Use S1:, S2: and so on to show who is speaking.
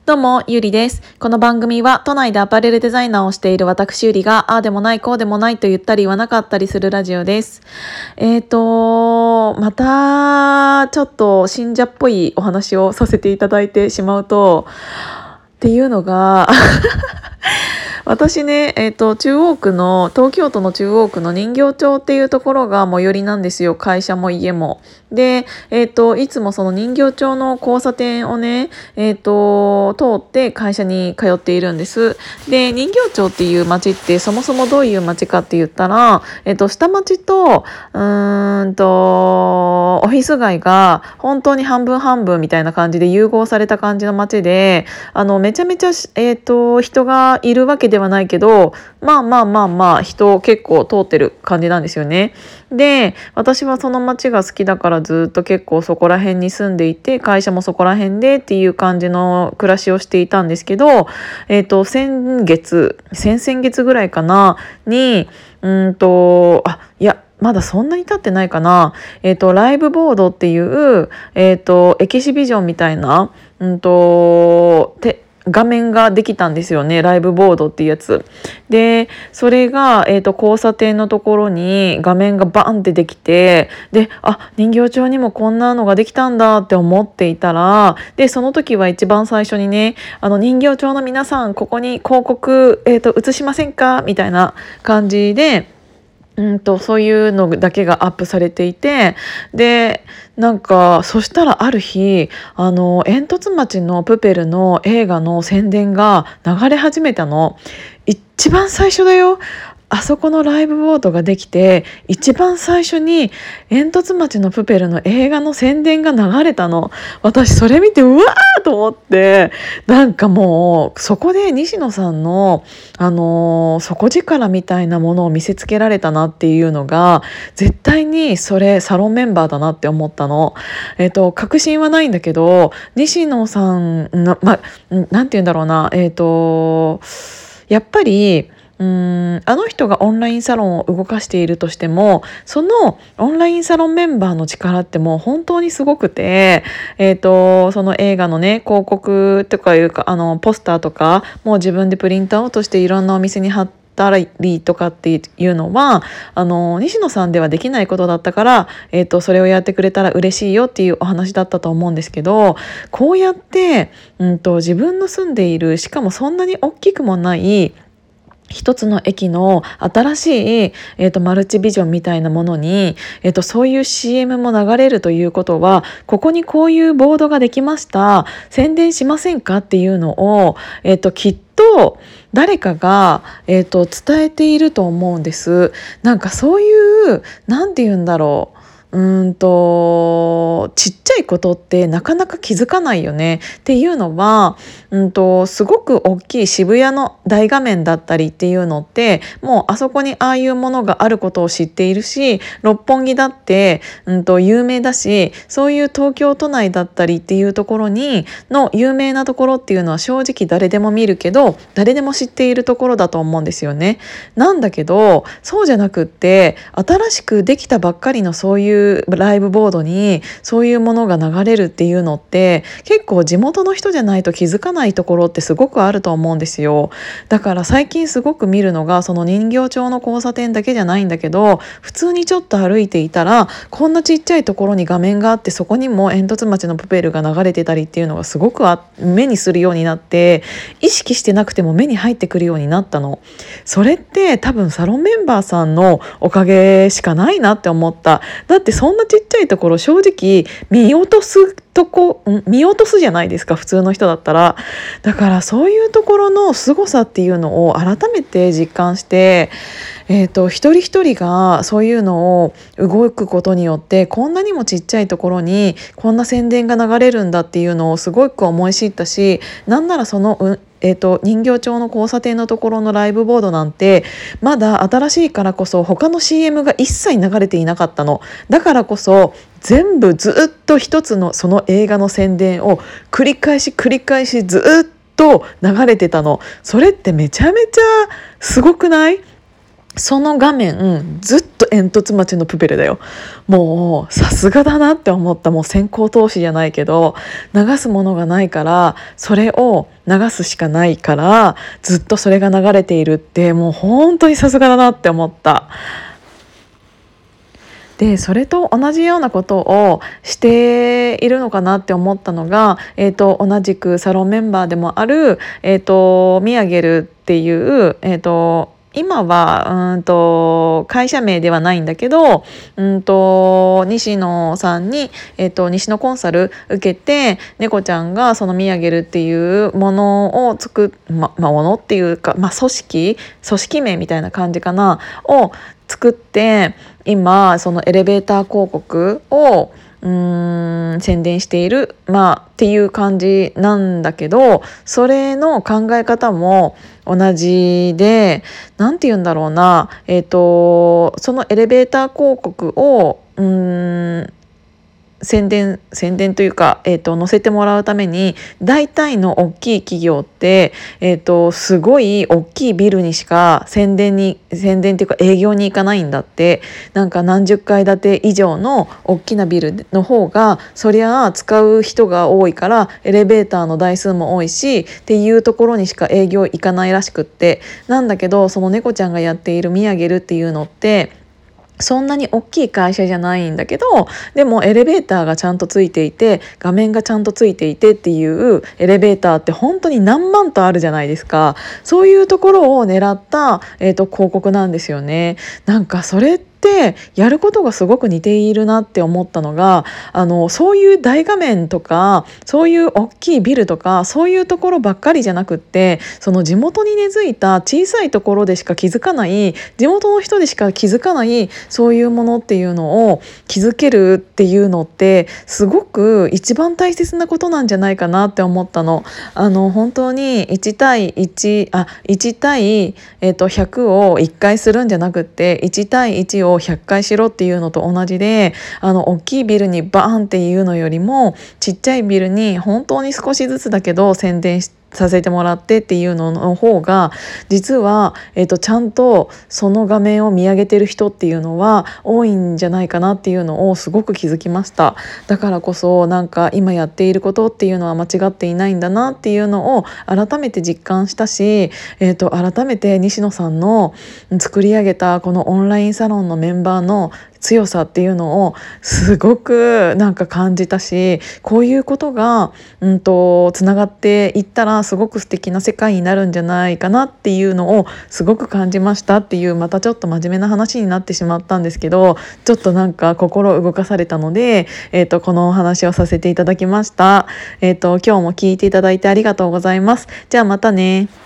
S1: どうも、ゆりです。この番組は都内でアパレルデザイナーをしている私ゆりが、ああでもない、こうでもないと言ったり言わなかったりするラジオです。また、ちょっと信者っぽいお話をさせていただいてしまうと、っていうのが、私ね、東京都の中央区の人形町っていうところが最寄りなんですよ。会社も家も。で、いつもその人形町の交差点をね、通って会社に通っているんです。で、人形町っていう町ってそもそもどういう町かって言ったら、下町と、オフィス街が本当に半分半分みたいな感じで融合された感じの町で、めちゃめちゃ、人がいるわけではないけど、まあ人結構通ってる感じなんですよね。で、私はその町が好きだからずっと結構そこら辺に住んでいて、会社もそこら辺でっていう感じの暮らしをしていたんですけど、先々月ぐらいかなに、まだそんなに経ってないかな。ライブボードっていう、エキシビジョンみたいな、画面ができたんですよね。ライブボードっていうやつ。で、それが、交差点のところに画面がバンってできて、で、人形町にもこんなのができたんだって思っていたら、で、その時は一番最初にね、人形町の皆さん、ここに広告、映しませんかみたいな感じで、そういうのだけがアップされていて、で、なんかそしたらある日煙突町のプペルの映画の宣伝が流れ始めたの。一番最初だよ。あそこのライブボードができて一番最初に煙突町のプペルの映画の宣伝が流れたの。私それ見てうわーと思って、なんかもうそこで西野さんの底力みたいなものを見せつけられたなっていうのが、絶対にそれサロンメンバーだなって思ったの。確信はないんだけど、西野さんのなんて言うんだろうな、やっぱりあの人がオンラインサロンを動かしているとしても、そのオンラインサロンメンバーの力ってもう本当にすごくて、その映画のね広告とかいうかポスターとかもう自分でプリントアウトしていろんなお店に貼ったりとかっていうのは西野さんではできないことだったから、それをやってくれたら嬉しいよっていうお話だったと思うんですけど、こうやって、自分の住んでいる、しかもそんなに大きくもない一つの駅の新しい、マルチビジョンみたいなものに、そういう CM も流れるということは、ここにこういうボードができました、宣伝しませんかっていうのを、きっと誰かが、伝えていると思うんです。なんかそういうなんて言うんだろう、ちっちゃいことってなかなか気づかないよねっていうのは、すごく大きい渋谷の大画面だったりっていうのって、もうあそこにああいうものがあることを知っているし、六本木だって、有名だし、そういう東京都内だったりっていうところにの有名なところっていうのは正直誰でも見るけど、誰でも知っているところだと思うんですよね。なんだけどそうじゃなくって、新しくできたばっかりのそういうライブボードにそういうものが流れるっていうのって、結構地元の人じゃないと気づかないところってすごくあると思うんですよ。だから最近すごく見るのが、その人形町の交差点だけじゃないんだけど、普通にちょっと歩いていたらこんなちっちゃいところに画面があって、そこにも煙突町のプペルが流れてたりっていうのがすごく目にするようになって、意識してなくても目に入ってくるようになったの。それって多分サロンメンバーさんのおかげしかないなって思った。だってそんなちっちゃいところ正直見落とすじゃないですか、普通の人だったら。だからそういうところの凄さっていうのを改めて実感して、一人一人がそういうのを動くことによって、こんなにもちっちゃいところにこんな宣伝が流れるんだっていうのをすごく思い知ったし、なんならその人形町の交差点のところのライブボードなんてまだ新しいからこそ他の CM が一切流れていなかったの。だからこそ全部ずっと一つのその映画の宣伝を繰り返しずっと流れてたの。それってめちゃめちゃすごくない？ その画面ずっと煙突町のプペルだよ。もうさすがだなって思った。もう先行投資じゃないけど、流すものがないからそれを流すしかないから、ずっとそれが流れているって、もう本当にさすがだなって思った。でそれと同じようなことをしているのかなって思ったのが、同じくサロンメンバーでもある、ミヤゲルっていう、今は会社名ではないんだけど、西野さんに、西野コンサル受けて、猫ちゃんがそのミヤゲルっていうものをものっていうか、組織名みたいな感じかなを作って、今そのエレベーター広告を宣伝している、っていう感じなんだけど、それの考え方も同じで、なんて言うんだろうな、そのエレベーター広告を宣伝というか、載せてもらうために、大体の大きい企業って、すごい大きいビルにしか宣伝っていうか営業に行かないんだって。なんか何十階建て以上の大きなビルの方がそりゃ使う人が多いから、エレベーターの台数も多いしっていうところにしか営業行かないらしくって、なんだけどその猫ちゃんがやっているミヤゲルっていうのって、そんなに大きい会社じゃないんだけど、でもエレベーターがちゃんとついていて、画面がちゃんとついていてっていうエレベーターって本当に何万とあるじゃないですか。そういうところを狙った、広告なんですよね。なんかそれってやることがすごく似ているなって思ったのが、そういう大画面とかそういう大きいビルとかそういうところばっかりじゃなくって、その地元に根付いた小さいところでしか気づかない、地元の人でしか気づかないそういうものっていうのを気づけるっていうのって、すごく一番大切なことなんじゃないかなって思ったの。本当に1対1対、100を1回するんじゃなくって、1対1を100回しろっていうのと同じで、大きいビルにバーンっていうのよりも、ちっちゃいビルに本当に少しずつだけど宣伝させてもらってっていうのの方が、実は、ちゃんとその画面を見上げてる人っていうのは多いんじゃないかなっていうのをすごく気づきました。だからこそ、なんか今やっていることっていうのは間違っていないんだなっていうのを改めて実感したし、改めて西野さんの作り上げたこのオンラインサロンのメンバーの強さっていうのをすごくなんか感じたし、こういうことがつながっていったらすごく素敵な世界になるんじゃないかなっていうのをすごく感じましたっていう、またちょっと真面目な話になってしまったんですけど、ちょっとなんか心動かされたので、このお話をさせていただきました。今日も聞いていただいてありがとうございます。じゃあまたね。